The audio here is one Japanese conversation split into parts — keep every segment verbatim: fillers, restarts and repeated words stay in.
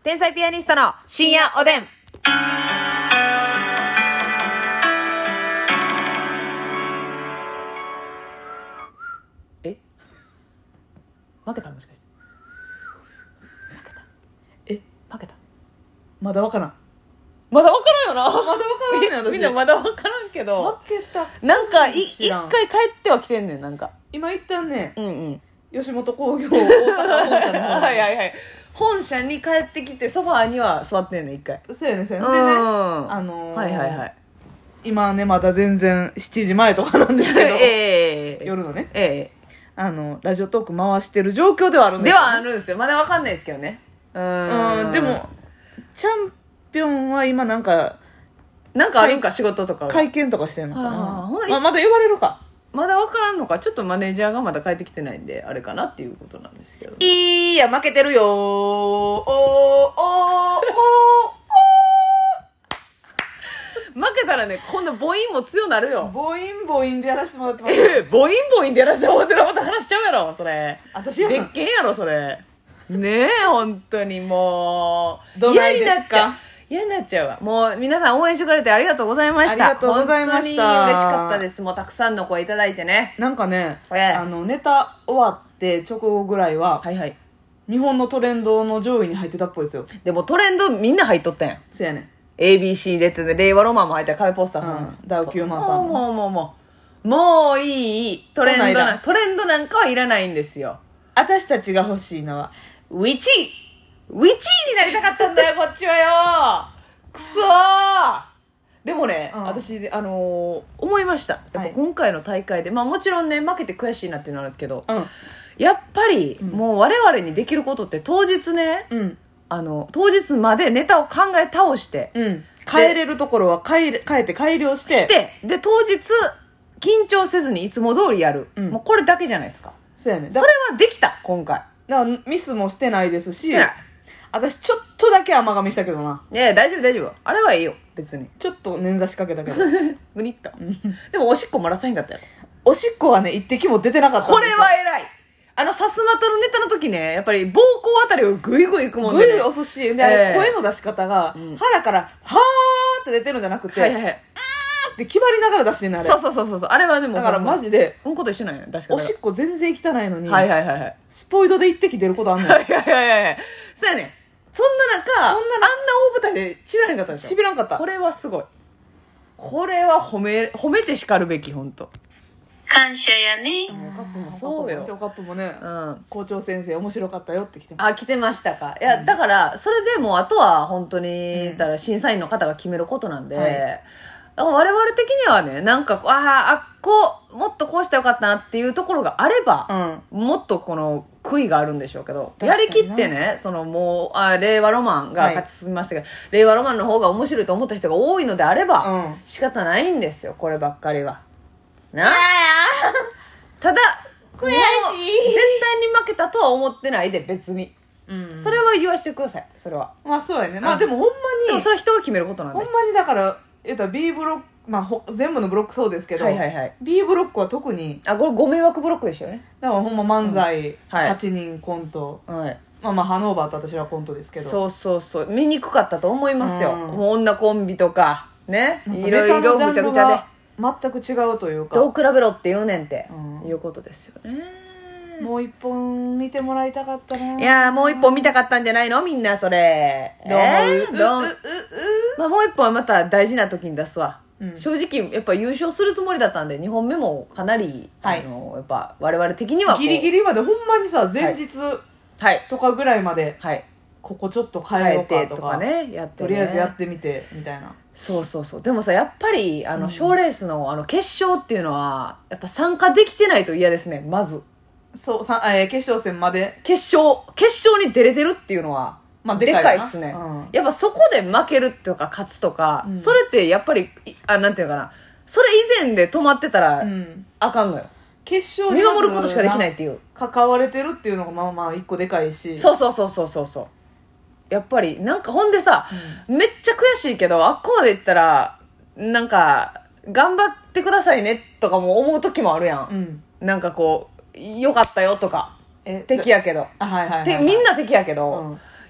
天才ピアニストの深夜おでん。え負けたもしかして負けたえ負けたまだわからんまだ分からんよな。 まだわからんねん私みんなまだ分からんけど負けたなんかい一知らん回帰っては来てんねん。なんか今一旦ねうんうん吉本興業大阪本社の方はいはいはい。本社に帰ってきてソファーには座ってんねん一回。 そうやねそうやうんねでねあのー、 はいはいはい今ねまだ全然しちじまえとかなんですけど、 ええ夜のねえあのラジオトーク回してる状況ではあるんえですよ、ね、 ではあるんですよ。まだ分かんないですけどね。うーうんでもチャンピオンは今なんかなんかあるんか仕事とかは会見とかしてんのかあーな、 ほなまあ、まだ呼ばれるかまだ分からんのか。ちょっとマネージャーがまだ帰ってきてないんであれかなっていうことなんですけど、ね、 いや負けてるよーおーおーお負けたらね今度母音も強なるーよ。 母音母音でやらせてもらってますえー、母音母音でやらせてもらってるまた話しちゃうやろそれ。 私や別件やろそれ。ねえ本当にもうどないですか嫌になっちゃう嫌になっちゃうわ。もう皆さん応援してくれてありがとうございました。 ありがとうございました本当に嬉しかったです。もうたくさんの声いただいてね。 なんかね、 ええあのネタ終わって直後ぐらいは、 はいはい。 日本のトレンドの上位に入ってたっぽいですよ。 でもトレンドみんな入っとったやん。 せやねんエービーシー 出てて令和ロマンも入った壁ポスターさん、 うんダウきゅうまんさんももうもうもうもういいトレンドそんなんいらなんトレンドなんかはいらないんですよ。 私たちが欲しいのはウィチーウィチーになりたかったんだよこっちはよくそー。でもね、 うん私あのー思いました。やっぱ今回の大会で、まあもちろんね負けて悔しいなっていうのはあるんですけど、 うんやっぱり、 うんもう我々にできることって当日ね、 うんあの当日までネタを考え倒して、 うん変えれるところは変えれ変えて改良してしてで当日緊張せずにいつも通りやる、 うんもうこれだけじゃないですか。 そうやねんだそれはできた今回。 だからミスもしてないですししてない。 私ちょっとだけ甘噛みしたけどないやいや大丈夫大丈夫。あれはいいよ別に。 ちょっと捻挫しかけたけどグニッと。でもおしっこ漏らさへんかったよ。 おしっこはね一滴も出てなかったんですよこれは偉い。あのさすまたのネタの時ねやっぱり膀胱あたりをグイグイいくもんで、ね、 ぐい押すしで、あれええ声の出し方が、 うん腹からはーって出てるんじゃなくて、 はいはいはい。 って決まりながら出してんねんあれそうそうそうそうそう。あれはでもだからマジでうんこと一緒なんや出し方が。 おしっこ全然汚いのに、 はいはいはいはい。 スポイドで一滴出ることあんのよはいはいはいはい。そうやねん。そんな中、 そんなあんな大舞台でちびらへんかったでしょ。 しびらんかったこれはすごい。これは褒め、褒めて叱るべき、ほんと。 感謝やね。 おカップもそうよ。 おカップもね、 うん。 校長先生面白かったよって来てますあ、来てましたか。いや、だから、それでもう、あとは本当に、言ったら審査員の方が決めることなんで、 はいだから我々的にはね、なんか、ああ、あっこう、もっとこうしたらよかったなっていうところがあれば、もっとこの悔いがあるんでしょうけど、やりきってね、そのもう、あ令和ロマンが勝ち進みましたけど、令和ロマンの方が面白いと思った人が多いのであれば、 うん仕方ないんですよ、こればっかりは。なただ、 悔しいもう絶対に負けたとは思ってないで、別に。 うんそれは言わしてください、それは。 まあそうやね、まうんあでもほんまにでもそれは人が決めることなんで。 ほんまにだから言ったら B ブロックまあほ全部のブロックそうですけど、 はいはいはい。 B ブロックは特にあ、これご迷惑ブロックでしょうね。 だからほんま漫才、 はいはちにんコント、 はい。 まあまあハノーバーと私はコントですけどそうそうそう。見にくかったと思いますよ。 うんもう女コンビとか、ね。 なんかいろいろぐネタのジャンちゃぐちゃで。 ルが全く違うというかどう比べろって言うねんって、 うんいうことですよね。 もう一本見てもらいたかったないやーもう一本見たかったんじゃないのみんなそれ。 どう思う、 えーどううううまあもう一本はまた大事な時に出すわ。 うん正直やっぱ優勝するつもりだったんでにほんめもかなり、 はいあのやっぱ我々的にはこうギリギリまでほんまにさ前日はいとかぐらいまではいここちょっと変え変えようかとかてとかねやってねとりあえずやってみてみたいなそうそうそう。でもさやっぱりあのうん賞レースのあの決勝っていうのはやっぱ参加できてないと嫌ですね。まずそうさ、えー決勝戦まで決勝決勝に出れてるっていうのはまあででかいなかいっすね、 うんやっぱそこで負けるとか勝つとか、 うんそれってやっぱりいあなんていうのかな、それ以前で止まってたら、 うんあかんのよ。 決勝見にまず守ることしかできないっていう。 関われてるっていうのがまあまあ一個でかいしそうそうそうそうそうそうやっぱりなんかほんでさ、めっちゃ悔しいけどあっこまで行ったらなんか頑張ってくださいねとかも思う時もあるやん、 うんなんかこうよかったよとかえ敵やけど、 あはいはいはい、 てみんな敵やけど、 うん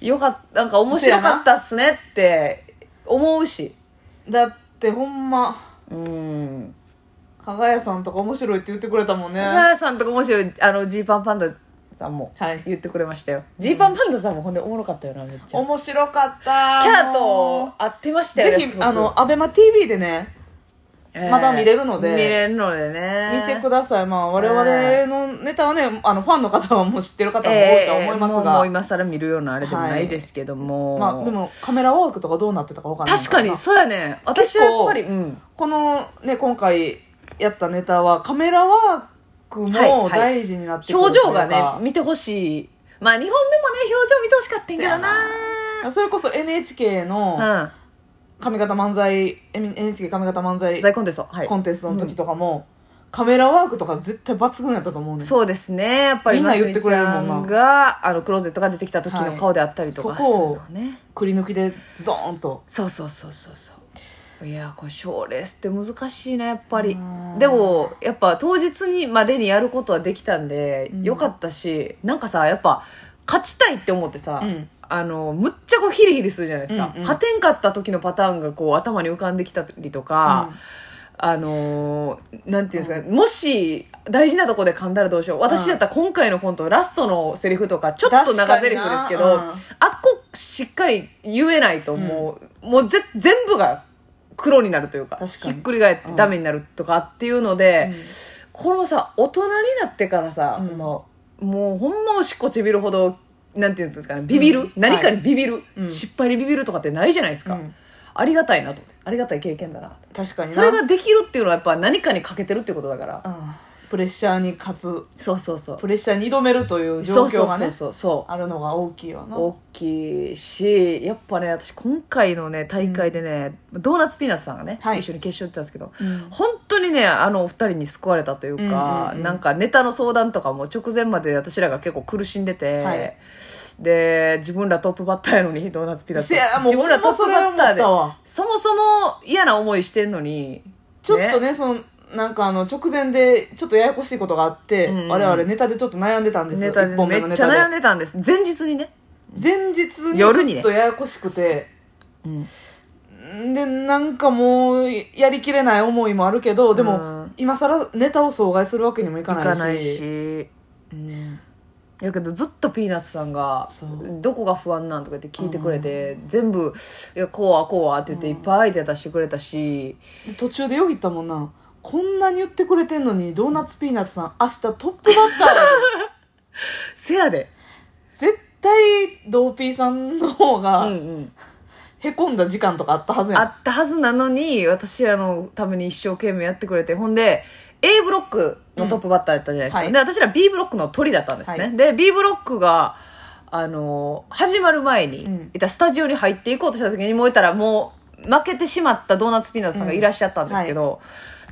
よかったなんか面白かったっすねって思うし。 だってほんまうん加賀谷さんとか面白いって言ってくれたもんね。 加賀谷さんとか面白いあのジーパンパンダさんもはい言ってくれましたよ。ジーパンパンダさんもほんでおもろかったよなめっちゃ。 面白かったキャラと会ってましたよね。 ぜひあのアベマ ティーブイ でねまだ見れるので見れるのでね見てください。まあ我々のネタはねあのファンの方はもう知ってる方も多いとは思いますが、 えー、もう今更見るようなあれでもないですけども、 はい、まあでもカメラワークとかどうなってたか分からない確かにそうやね。私はやっぱり、うん、 このね今回やったネタはカメラワークも大事になってくる、 はいはい、表情がね見てほしい。まあにほんめもね表情見てほしかったんけどな。 それこそ エヌエイチケー の、うん上方漫才 エヌエイチケー 上方漫才コンテスト、はい、 コンテストの時とかも、うん、カメラワークとか絶対抜群やったと思うね。 そうですね。やっぱりみんな言ってくれるもんな。 があのクローゼットが出てきた時の顔であったりとか、はい、 そこをくり抜きでズドーンと。 そうそうそうそうそう。いやこれ賞レースって難しいなやっぱり。でもやっぱ当日にまでにやることはできたんで、うん、よかったし、なんかさやっぱ勝ちたいって思ってさ、うんあのむっちゃこうヒリヒリするじゃないですか、うんうん、勝てんかった時のパターンがこう頭に浮かんできたりとか、うん、あのなんていうんですか、うん、もし大事なとこで噛んだらどうしよう。私だったら今回のコントラストのセリフとかちょっと長セリフですけど、うん、あっこしっかり言えないともう、うん、もうぜ全部が黒になるというかひっくり返ってダメになるとかっていうので、うん、このさ大人になってからさ、うん、もうもうほんまおしっこちびるほどなんていうんですかね、ビビる、うん、何かにビビる、はい、失敗にビビるとかってないじゃないですか、うん、ありがたいなと思って、ありがたい経験だな。 確かにな。 それができるっていうのはやっぱ何かに欠けてるっていうことだから、うん、 プレッシャーに勝つ、 そうそうそう、 プレッシャーに挑めるという状況がね、 そうそうそうそうあるのが大きいわな。 大きいし、やっぱね私今回のね大会でね、うん、ドーナツピーナッツさんがね、はい、一緒に決勝行ってたんですけど、うん、本当にねあのお二人に救われたというか、うんうんうん、なんかネタの相談とかも直前まで私らが結構苦しんでて、はい、で自分らトップバッターやのにドーナツピーナッツ自分らトップバッターでそもそも嫌な思いしてんのにちょっとね、そのなんかあの直前でちょっとややこしいことがあって、うんうん、我々ネタでちょっと悩んでたんですよ。 ネタでめっちゃ悩んでたんです。前日にね前日にちょっとややこしくて、ね、うん、でなんかもうやりきれない思いもあるけど、でも、うん、今更ネタを阻害するわけにもいかないし、いかないし、 うん、やけどずっとピーナッツさんがどこが不安なんとかって聞いてくれて、うん、全部いやこうはこうはって言っていっぱいアイデア出してくれたし、 うん、途中でよぎったもんな。こんなに言ってくれてんのにドーナツピーナッツさん明日トップバッターやでせやで絶対ドーピーさんの方が、うんうん、へこんだ時間とかあったはずやん。 あったはずなのに私らのために一生懸命やってくれて、ほんで A ブロックのトップバッターだったじゃないですか、うん、で私ら B ブロックの鳥だったんですね、はい、で B ブロックがあの始まる前に、うん、いたスタジオに入っていこうとした時にもういたらもう負けてしまったドーナツピーナッツさんがいらっしゃったんですけど、うんはい、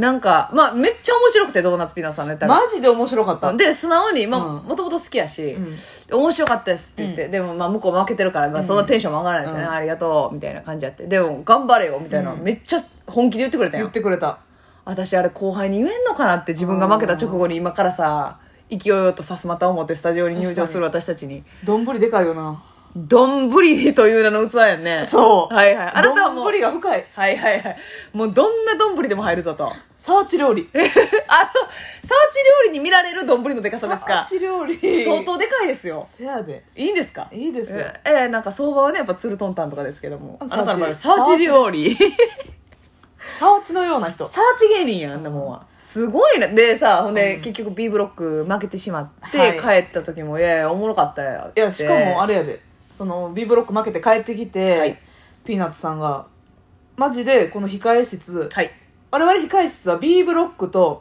なんかまあめっちゃ面白くてドーナツピーナッツさんのネタがマジで面白かった。 で素直にまあもともと好きやし、うん、面白かったですって言って、うん、でもまあ向こう負けてるから、まあ、そんなテンションも上がらないですよね、うん、ありがとうみたいな感じやって、でも頑張れよみたいな、うん、めっちゃ本気で言ってくれたよ。 言ってくれた。 私あれ後輩に言えんのかなって、自分が負けた直後に今からさ勢いよとさすまたを持ってスタジオに入場する私たちにどんぶりでかいよな。 どんぶりという名の器やんね。 そうはいはい。あなたはもうどんぶりが深い。 はいはいはい。もうどんなどんぶりでも入るぞと。 サーチ料理あ、そうサーチ料理に見られるどんぶりのでかさですか。 サーチ料理相当でかいですよ。 せやでいいんですか。 いいですよ。 えー、なんか相場はねやっぱツルトンタンとかですけども、あなたの場合はサーチ料理サーチのような人、 サーチ芸人やんなもんは。すごいな。でさ、ほんで、うん、結局 B ブロック負けてしまって、はい、帰った時もいやいやおもろかったよって。 いやしかもあれやで、その B ブロック負けて帰ってきて、はい、ピーナッツさんがマジでこの控え室、はい、我々控え室は B ブロックと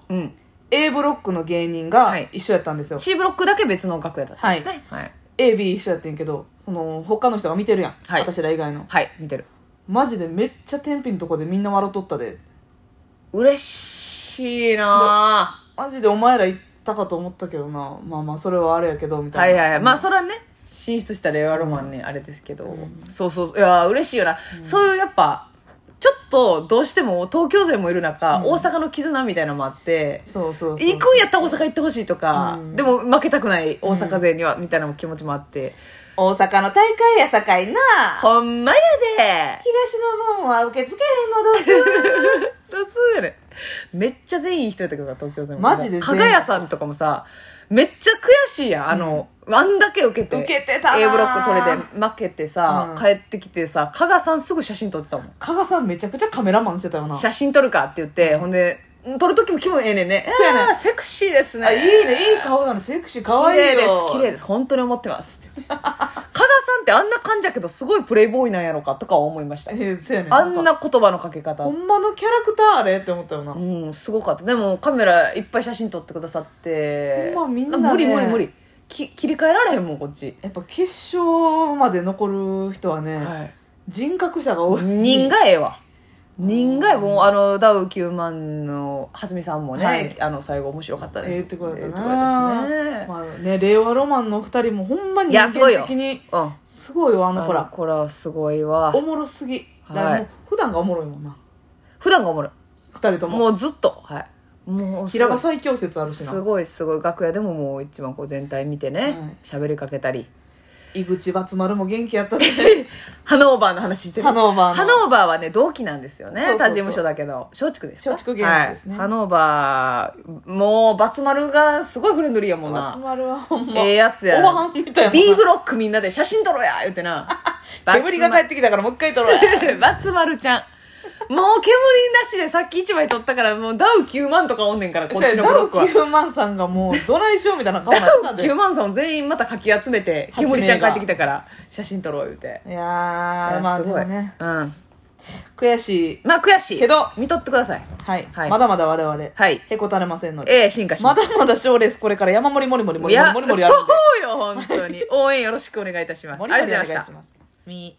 A ブロックの芸人が一緒やったんですよ、はい、 C ブロックだけ別の楽屋だったんですね、はいはい、 エービー 一緒やってんけど、その他の人が見てるやん、はい、私ら以外の。 はい見てる。 マジでめっちゃ天日のとこでみんな笑っとったで。 嬉しいなぁ。 マジでお前ら行ったかと思ったけどな。まあまあそれはあれやけどみたいな。 はいはいはい、まあそれはね進出した令和ロマンね、うん、あれですけど、うん、そうそういや嬉しいよな、うん、そういうやっぱちょっとどうしても東京勢もいる中、うん、大阪の絆みたいなのもあって、 そうそうそうそう行くんやったら大阪行ってほしいとか、うん、でも負けたくない大阪勢には、うん、みたいな気持ちもあって、 大阪の大会やさかいな。 ほんまやで。 東の門は受け付けへんのどす。 どすやね。めっちゃ全員人やったけどな、東京戦。 マジで全員加賀屋さんとかもさ、めっちゃ悔しいやん。あの、うん、あんだけ受けて。 受けてたな A ブロック取れて負けてさ、うん、帰ってきてさ、加賀さんすぐ写真撮ってたもん。 加賀さんめちゃくちゃカメラマンしてたよな。 写真撮るかって言って、うん、ほんで、撮るときも気分ええねんね。そうやね。セクシーですね。 あ、いいね、いい顔なの、セクシー、可愛いよ。 綺麗です、綺麗です。本当に思ってます。加賀さんってあんな感じやけど、すごいプレイボーイなんやろかとか思いました。 えー、そうやね。 あんな言葉のかけ方。 ほんまのキャラクターあれって思ったよな。 うん、すごかった。でもカメラいっぱい写真撮ってくださって。 ほんまみんなね。 無理無理無理。き切り替えられへんもん、こっち。 やっぱ決勝まで残る人はね、はい、人格者が多い。 人がええわ。人がもうあのダウきゅうまんの蓮見さんもね、はい、あの最後面白かったです。 言ってくれたな、えー、ね、まあね、令和ロマンのふたりもほんまに人間的にすごいわ、あの子ら。 あの子らすごいわ。 おもろすぎ。はい、もう普段がおもろいもんな。 普段がおもろい。 ふたりとももうずっと、はい。もう平場最強説あるしな。 すごいすごい。楽屋でももう一番こう全体見てね、喋、はい、りかけたり。 井口バツ丸も元気やったね。 ハノーバーの話してる。 ハノーバーの。 ハノーバーはね、同期なんですよね。他事務所だけど。松竹ですか。 松竹芸能ですね。 はい、ハノーバー、もうバツ丸がすごいフレンドリーやもんな。 バツ丸はほんま。 ええやつや。 おばんみたいな。 B ブロックみんなで写真撮ろうや言ってな。 煙が帰ってきたからもう一回撮ろうや。 バツ丸ちゃん。もう煙なしでさっき一枚撮ったからもうダウきゅうまんとかおんねんから、こっちのブロックは。 ダウきゅうまんさんがもうどないしようみたいな顔になったんで。 ダウきゅうまんさんを全員またかき集めて、煙ちゃん帰ってきたから写真撮ろう言うて。 いやー、まあすごいね。 うん。 悔しい。 まあ悔しい。 けど、 見とってください。 はい。はい、まだまだ我々、はい。へこたれませんので。 ええ、進化します。 まだまだ賞レースこれから山盛り盛り盛り盛り盛り盛り盛りあるんで。 そうよ、本当に。応援よろしくお願いいたします。ありがとうございました。 み